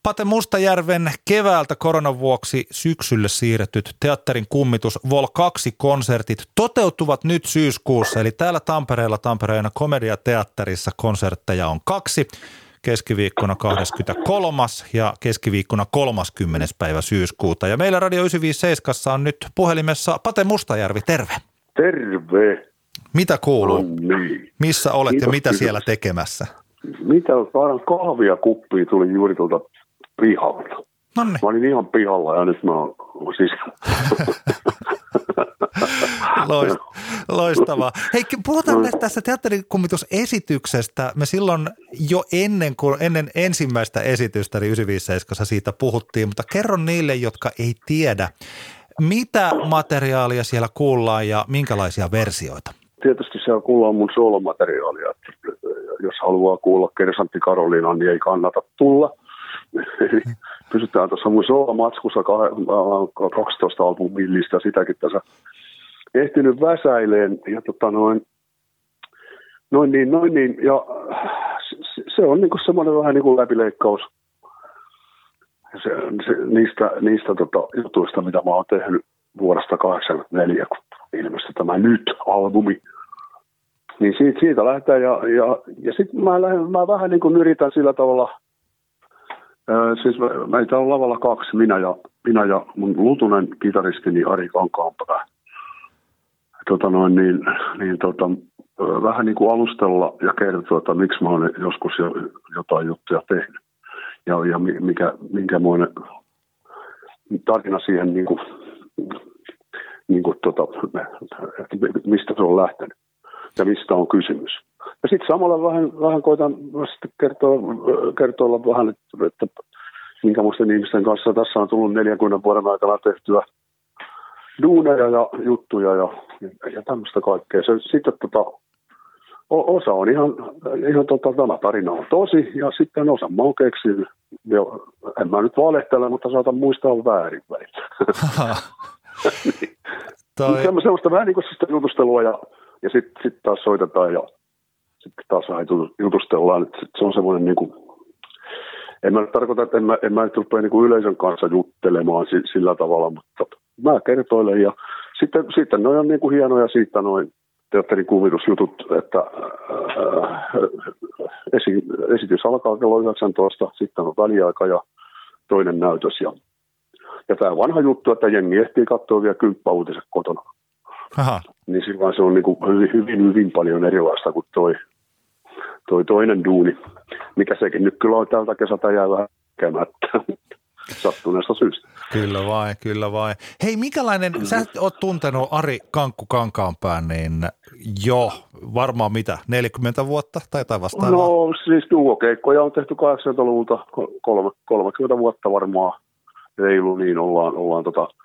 Pate Mustajärven keväältä koronan vuoksi syksylle siirretyt teatterin kummitus Vol. 2-konsertit toteutuvat nyt syyskuussa. Eli täällä Tampereella Tampereen Komediateatterissa konsertteja on 2. Keskiviikkona 23. ja keskiviikkona 30. päivä syyskuuta. Ja meillä Radio 957 on nyt puhelimessa Pate Mustajärvi. Terve. Terve. Mitä kuuluu? No niin. Missä olet Kiitos, ja mitä kiitos. siellä tekemässä? Mitä? Kahvia kuppia tuli juuri tuolta pihalta. Nonni. Mä olin ihan pihalla ja nyt mä oon siis... Loistavaa. Hei, puhutaan tästä teatterikummitusesityksestä. Me silloin jo ennen ensimmäistä esitystä, eli 957 siitä puhuttiin, mutta kerro niille, jotka ei tiedä, mitä materiaalia siellä kuullaan ja minkälaisia versioita? Tietysti siellä kuullaan mun soolomateriaalia. Jos haluaa kuulla Kersantti Karoliina, niin ei kannata tulla. Pysytään tuossa mun soolomatskussa 12 albumillista, sitäkin tässä ehtinyt väsäileen. Ja noin niin. Ja se on niinku semmoinen vähän niin kuin läpileikkaus niistä jutuista, mitä mä oon tehnyt vuodesta 1984, kun ilmestyi tämä Nyt-albumi. Niin siitä lähdetään ja sitten mä vähän niin kuin yritän sillä tavalla, siis meitä on lavalla 2, minä ja mun lutunen kitaristini Ari Kankaanpää. Vähän niin kuin alustella ja kertoa, että miksi mä oon joskus jotain juttuja tehnyt. Ja minkämoinen tarina siihen mistä se on lähtenyt ja mistä on kysymys. Ja sitten samalla vähän koitan kertoa vähän, että minkälaisten ihmisten kanssa tässä on tullut 40 vuoden aikana tehtyä duuneja ja juttuja ja tämmöistä kaikkea. Sitten osa on ihan tämä tarina on tosi ja sitten osa mä oon keksinyt. Ja en mä nyt valehtele, mutta saatan muistaa väärin välillä. Semmoista vähän niin kuin sitä jutustelua ja sitten taas soitetaan ja sitten taas vähän jutustellaan. Se on semmoinen niin kuin, en mä nyt tarkoita, että en mä nyt rupea niin kuin yleisön kanssa juttelemaan sillä tavalla, mutta mä kertoilen ja sitten ne on niin kuin hienoja siitä noin teatterin kuvitusjutut, että esitys alkaa kello 19, sitten on väliaika ja toinen näytös. Ja tämä vanha juttu, että jengi ehtii katsoa vielä kymppäuutiset kotona. Aha. Niin silloin se on niin kuin hyvin paljon erilaista kuin toi toinen duuni, mikä sekin nyt kyllä on tältä kesältä jää vähän tekemättä sattuneesta syystä. Kyllä vain. Hei, minkälainen, sä oot tuntenut Ari Kankku Kankaanpään niin jo varmaan 40 vuotta tai jotain vastaavaa? No siis duokeikkoja on tehty 80-luvulta, 30 vuotta varmaan reilu, niin ollaan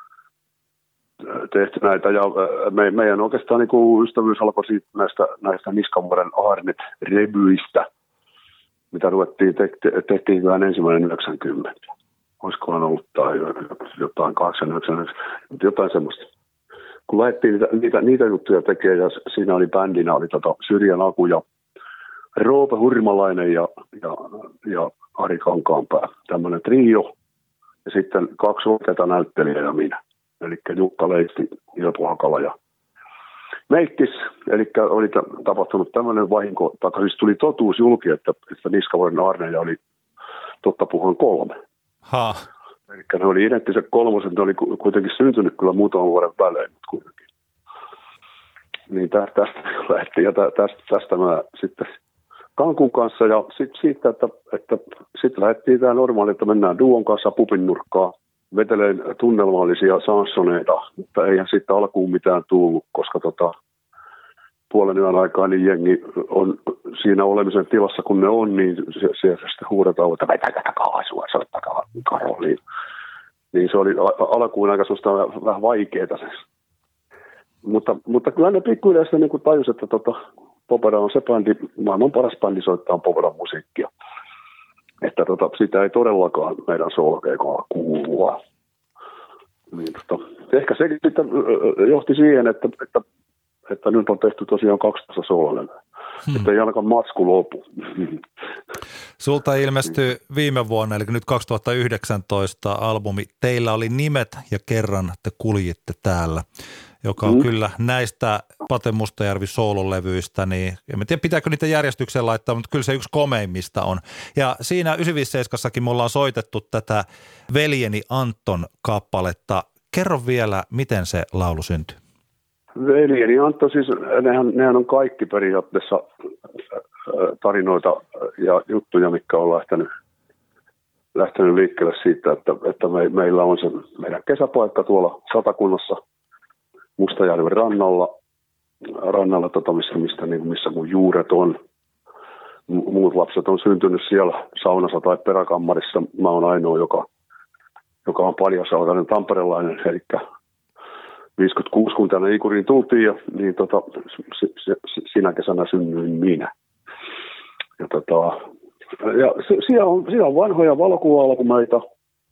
tehty näitä ja meidän oikeastaan niin kuin ystävyys alkoi siitä näistä Niskavuoren Aarnet-revyistä, mitä tehtiin vähän ensimmäinen 90. Olisikohan ollut tai jotain 89, jotain semmoista. Kun lähdettiin niitä juttuja tekemään ja siinä oli bändinä oli Syrjän Aku ja Roope Hurmalainen ja Ari Kankaanpää, tämmöinen trio. Ja sitten 2 oikeata näyttelijää ja minä. Eli Jukka Leisti, Ilpo Hakala ja Meikkis. Eli oli tapahtunut tämmöinen vahinko, tai siis tuli totuus julki, että Niskavuoren Aarneja oli totta puhuen 3. Ha. Eli ne oli identtiset 3, ne oli kuitenkin syntynyt kyllä muutaman vuoden välein, mutta kuitenkin. Niin tästä lähti ja tästä mä sitten Kankun kanssa ja sitten siitä, että sitten lähdettiin tämä normaali, että mennään duon kanssa pupin nurkkaan, veteleen tunnelmallisia sanssoneita, mutta eihän sitten alkuun mitään tullut, koska puolen yön aikaa niin jengi on siinä olemisen tilassa, kun ne on, niin siellä sitten huudetaan, että vetäkää kaasua, soittakaa Karoliin. Niin se oli alkuun aika sellaista vähän vaikeaa. Mutta kyllä ne pikkuhiljaa niin kuin tajus, että Popera on se bändi, maailman paras bändi soittaa Poperan musiikkia. Että sitä ei todellakaan meidän soolokeikolla kuulua. Niin, ehkä sekin sitten johti siihen, että nyt on tehty tosiaan 12 soololevyä. Että ei ainakaan matsku lopu. Sulta ilmestyi viime vuonna, eli nyt 2019 albumi Teillä oli nimet ja kerran te kuljitte täällä, joka on kyllä näistä Pate Mustajärvi soololevyistä, niin en tiedä pitääkö niitä järjestykseen laittaa, mutta kyllä se yksi komeimmista on. Ja siinä 957 me ollaan soitettu tätä Veljeni Anton kappaletta. Kerro vielä, miten se laulu syntyi. Veljeni Antto, siis nehän on kaikki periaatteessa tarinoita ja juttuja, mitkä on lähtenyt liikkeelle siitä, että meillä on se meidän kesäpaikka tuolla Satakunnassa Mustajärven rannalla missä mun juuret on. Muut lapset on syntynyt siellä saunassa tai peräkammarissa. Mä oon ainoa, joka on paljasjalkainen tamperelainen, eli 56, kun tänne Ikuriin tultiin, ja niin sinä kesänä synnyin minä. Ja siellä on vanhoja valokuva-albumeita,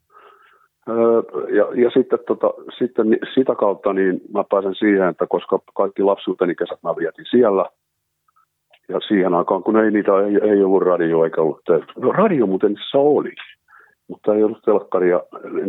ja sitten sitä kautta niin mä pääsen siihen, että koska kaikki lapsuuteni kesät mä vietin siellä, ja siihen aikaan, kun ei ollut radio eikä ollut radio muuten se oli, mutta ei ollut telkkaria,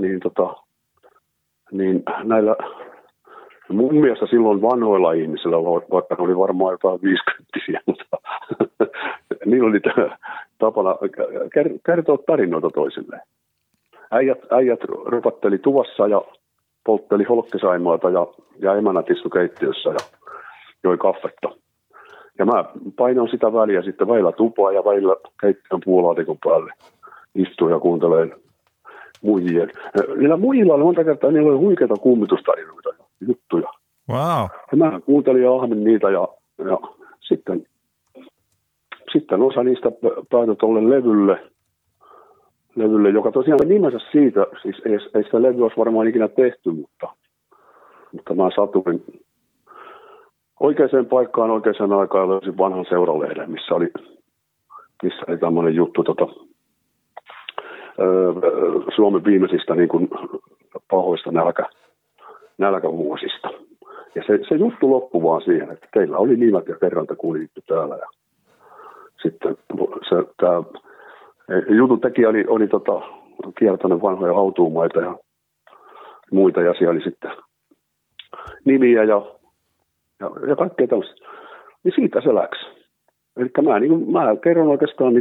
niin näillä mun mielestä silloin vanhoilla ihmisillä, vaikka ne oli varmaan jotain 50-vuotiaita, mutta niillä oli tapana kertoa tarinoita toisilleen. Äijät rupatteli tuvassa ja poltteli holkkisaimaata ja emänät istui keittiössä ja joi kaffetta. Ja mä painoin sitä väliä sitten välillä tupaa ja välillä keittiön puulaatikon päälle. Istuin ja kuuntelen muijien. Niillä muijilla oli monta kertaa, niillä oli huikeita kummitustarinoita ja juttuja. Wow. Ja mä kuuntelin ja ahmin niitä ja sitten osa niistä päätyi tuolle levylle, joka tosiaan nimensä siitä, siis ei sitä levyä olisi varmaan ikinä tehty, mutta mä satuin oikeaan paikkaan oikeaan aikaan ja löysin vanhan seuralehden, missä oli tämmöinen juttu Suomen viimeisistä niin kuin pahoista nälkävuosista. Ja se juttu loppui vaan siihen, että teillä oli nimet ja kerran te kuljitte täällä. Ja sitten tämä jutun tekijä oli kiertänyt vanhoja hautuumaita ja muita, ja siellä oli sitten nimiä ja kaikkea tällaista. Niin siitä se läksi. Eli mä kerron oikeastaan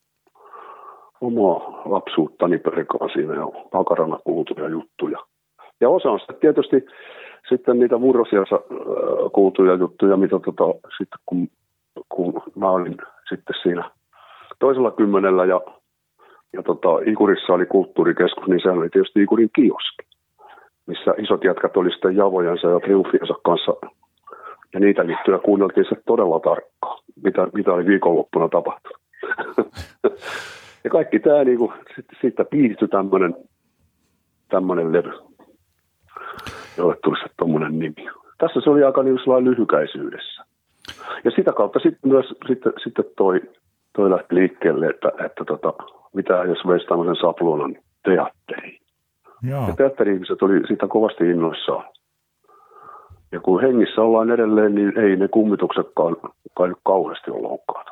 omaa lapsuuttani perkaan siinä ja takarana kuultuja juttuja. Ja osa on sitten tietysti sitten niitä murrosiassa kuultuja juttuja, mitä sitten kun mä olin sitten siinä toisella kymmenellä ja Ikurissa oli kulttuurikeskus, niin sehän oli tietysti Ikurin kioski, missä isot jätkät oli sitten javojensa ja triumfiensa kanssa. Ja niitä liittyjä kuunneltiin se todella tarkkaan, mitä oli viikonloppuna tapahtunut. Ja kaikki tämä, siitä piirtyi tämmöinen levy, jolle tuli se tommoinen nimi. Tässä se oli aika lyhykäisyydessä. Ja sitä kautta sitten myös toi lähti liikkeelle, että mitä jos veisi tämmöisen sapluunan teatteriin. Joo. Ja teatteri-ihmiset oli sitä kovasti innoissaan. Ja kun hengissä ollaan edelleen, niin ei ne kummituksetkaan kai kauheasti ole loukkaana.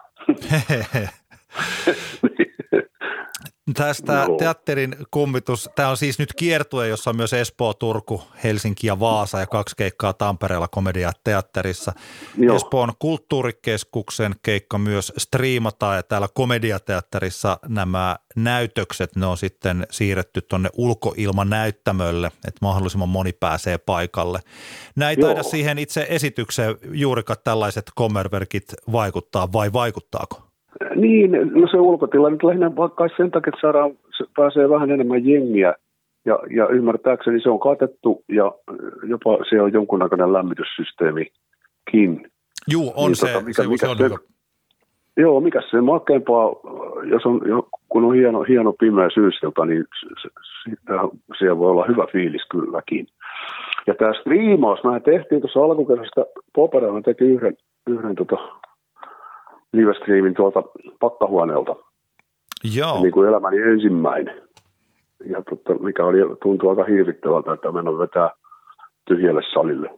Tästä teatterin kummitus, tämä on siis nyt kiertue, jossa on myös Espoo, Turku, Helsinki ja Vaasa ja 2 keikkaa Tampereella Komediateatterissa. Joo. Espoon kulttuurikeskuksen keikka myös striimataan ja täällä Komediateatterissa nämä näytökset, ne on sitten siirretty tuonne ulkoilmanäyttämölle, että mahdollisimman moni pääsee paikalle. Näin ei taida siihen itse esitykseen juurikaan tällaiset kommerverkit vaikuttaa vai vaikuttaako? Niin, no se ulkotila nyt lähinnä vaikka sen takia, että pääsee vähän enemmän jengiä ja ymmärtääkseni se on katettu ja jopa se on jonkunnäköinen lämmityssysteemikin. Juu, on niin, se on hyvä. Joo, mikä se makeampaa, kun on hieno pimeä syysilta, niin siellä voi olla hyvä fiilis kylläkin. Ja tämä striimaus, mehän tehtiin tuossa alkukesästä, Poperahan teki yhden live-streamin tuolta pakkahuoneelta. Joo. Niin kuin elämäni ensimmäinen. Ja mikä tuntui aika hirvittävältä, että mennä vetää tyhjälle salille.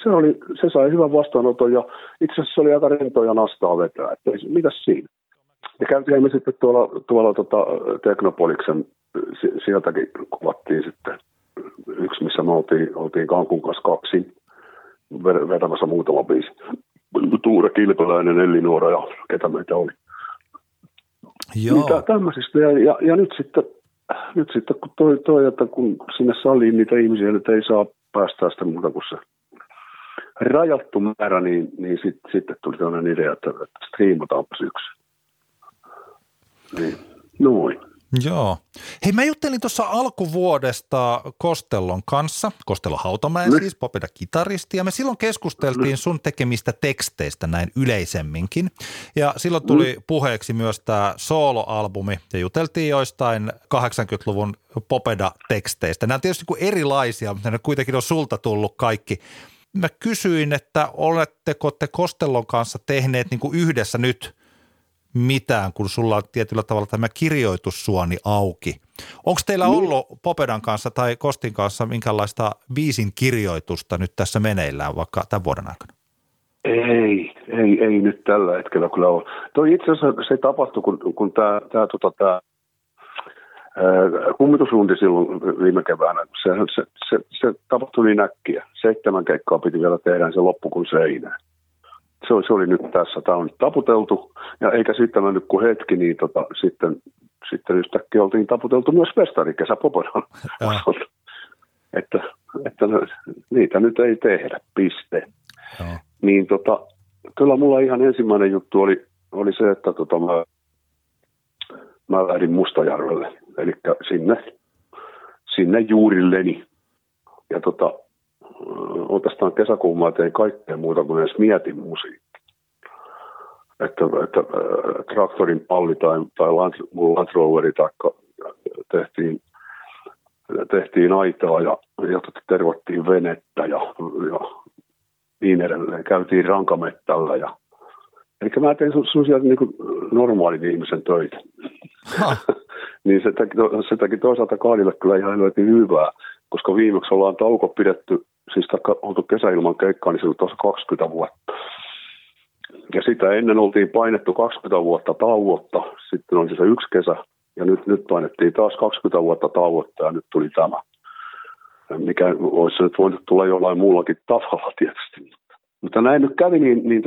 Se sai hyvän vastaanoton ja itse asiassa se oli aika rentoa ja nastaa vetää. Että mitäs siinä? Ja käytiin me sitten tuolla Teknopoliksen, sieltäkin kuvattiin sitten yksi, missä me oltiin Kankun kanssa kaksin vetämässä muutama biisi. Tuure Kilpeläinen, Elli Nuora ja ketä meitä oli. Joo. Niin tämmöisistä. Ja nyt sitten kun toi, että kun sinne saliin niitä ihmisiä nyt ei saa päästää sitä muuta kuin se rajattu määrä, niin sitten tuli tämmöinen idea, että striimataanpas yksi. Niin, noin. Joo. Hei, mä juttelin tuossa alkuvuodesta Kostellon kanssa, Kostello Hautamäen siis, Popeda kitaristi, ja me silloin keskusteltiin sun tekemistä teksteistä näin yleisemminkin, ja silloin tuli puheeksi myös tämä soloalbumi, ja juteltiin joistain 80-luvun Popeda-teksteistä. Nämä on tietysti kuin erilaisia, mutta ne kuitenkin on sulta tullut kaikki. Mä kysyin, että oletteko te Kostellon kanssa tehneet niin kuin yhdessä nyt mitään, kun sulla on tietyllä tavalla tämä kirjoitussuoni auki. Onko teillä ollut Popedan kanssa tai Kostin kanssa minkälaista biisin kirjoitusta nyt tässä meneillään vaikka tämän vuoden aikana? Ei nyt tällä hetkellä kyllä ole. Toi itse asiassa se tapahtui, kun tämä kummitusrundi silloin viime keväänä. Se tapahtui niin äkkiä. 7 keikkaa piti vielä tehdä, niin se loppui kuin seinään. Se oli nyt tässä. Tämä on nyt taputeltu, ja eikä sitten mennyt kuin hetki, niin sitten yhtäkkiä oltiin taputeltu myös festarikesä Popodan. että niitä nyt ei tehdä, piste. Joo. Niin kyllä mulla ihan ensimmäinen juttu oli se, että mä lähdin Mustajärvelle, eli sinne juurilleni. Ja oikeastaan kesäkuun mä tein kaikkea muuta kuin edes mietin musiikkia. Että traktorin palli tai Land Roveri taikka tehtiin aitaa ja tervottiin venettä ja niin edelleen. Käytiin rankamettällä eli mä tein sellaisia niin kuin normaalin ihmisen töitä. Niin se teki toisaalta Kaadille kyllä ihan löytiin hyvää, koska viimeksi ollaan tauko pidetty, siis oltu kesäilman keikkaa, niin se oli tuossa 20 vuotta. Ja sitä ennen oltiin painettu 20 vuotta tauotta, sitten oli se yksi kesä, ja nyt painettiin taas 20 vuotta tauotta, ja nyt tuli tämä. Mikä olisi nyt voinut tulla jollain muullakin tavalla tietysti. Mutta näin nyt kävi, niin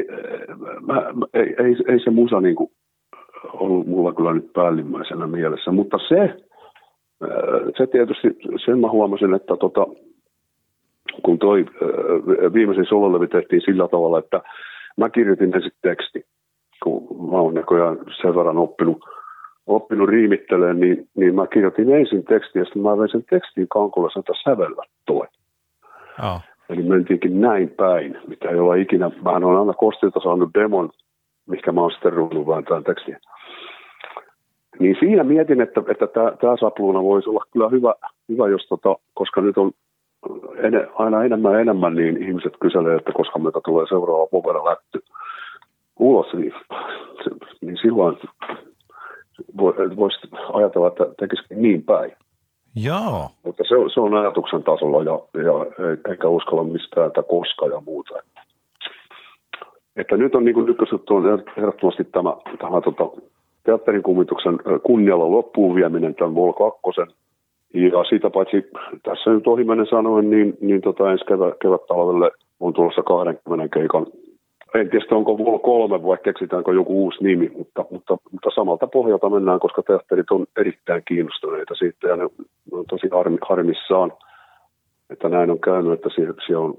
ei se musa niin kuin ollut mulla kyllä nyt päällimmäisenä mielessä. Mutta se tietysti, sen mä huomasin, että kun toi viimeisin sololevy tehtiin sillä tavalla, että mä kirjoitin ensin teksti, kun mä oon näköjään sen verran oppinut riimittelemään, niin mä kirjoitin ensin tekstiä, ja sitten mä vein sen tekstin Kankulle sanotaan sävellä toi. Oh. Eli mentiinkin näin päin, mitä ei olla ikinä. Mähän olen aina Kostilta saanut demon, mikä mä oon sitten ruvennut vääntämään tekstiä. Niin siinä mietin, että tämä sapluuna voisi olla kyllä hyvä jos koska nyt on aina enemmän, niin ihmiset kyselee, että koska meiltä tulee seuraava Popeda lätty ulos, niin silloin voisi ajatella, että tekisikin niin päin. Joo. Mutta se on ajatuksen tasolla ja eikä uskalla mistään, että koska ja muuta. Että nyt on niin kuin ykkösjuttu on ehdottomasti tämä teatterin kummituksen kunnialla loppuun vieminen tämän Vol 2. Ja siitä paitsi tässä nyt ohimennen sanoen, niin ensi kevättalvelle on tulossa 20 keikan. En tiedä, onko Vol 3 vai keksitäänkö joku uusi nimi, mutta samalta pohjalta mennään, koska teatterit on erittäin kiinnostuneita siitä ja ne on tosi harmissaan, että näin on käynyt, että siellä on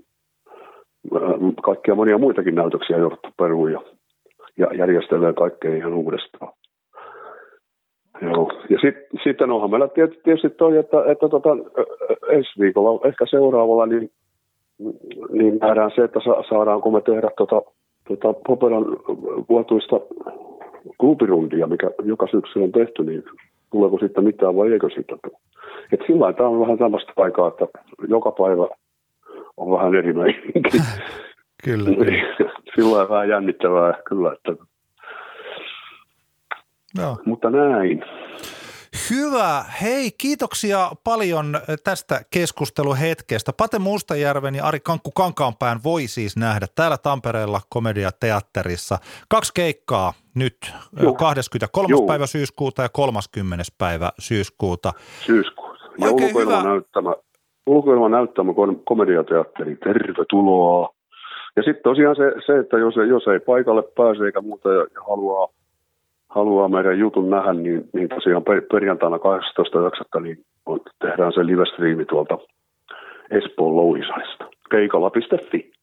kaikkia monia muitakin näytöksiä jouduttu peruun ja järjestelee kaikkea ihan uudestaan. Joo. Ja sitten onhan meillä tietysti toi, että ensi viikolla, ehkä seuraavalla, niin nähdään se, että saadaanko me tehdä Popedan vuotuista klubirundia, mikä joka syksy on tehty, niin tuleeko sitten mitään vai eikö sitten tule. Että sillä lailla tämä on vähän tämmöistä aikaa, että joka päivä on vähän eri meininki. Kyllä. Sillä lailla vähän jännittävää kyllä, että no. Mutta näin. Hyvä. Hei, kiitoksia paljon tästä keskusteluhetkestä. Pate Mustajärven ja Ari Kankku-Kankaanpään voi siis nähdä täällä Tampereella Komediateatterissa. 2 keikkaa nyt, 23. päivä syyskuuta ja 30. päivä syyskuuta. Ja ulkoilmanäyttämö Komediateatteri, tervetuloa. Ja sitten tosiaan se, että jos ei paikalle pääse eikä muuta ja haluaa meidän jutun nähdä, niin tosiaan perjantaina 18.9. niin tehdään se live-striimi tuolta Espoon Louhisalista. Keikalla.fi.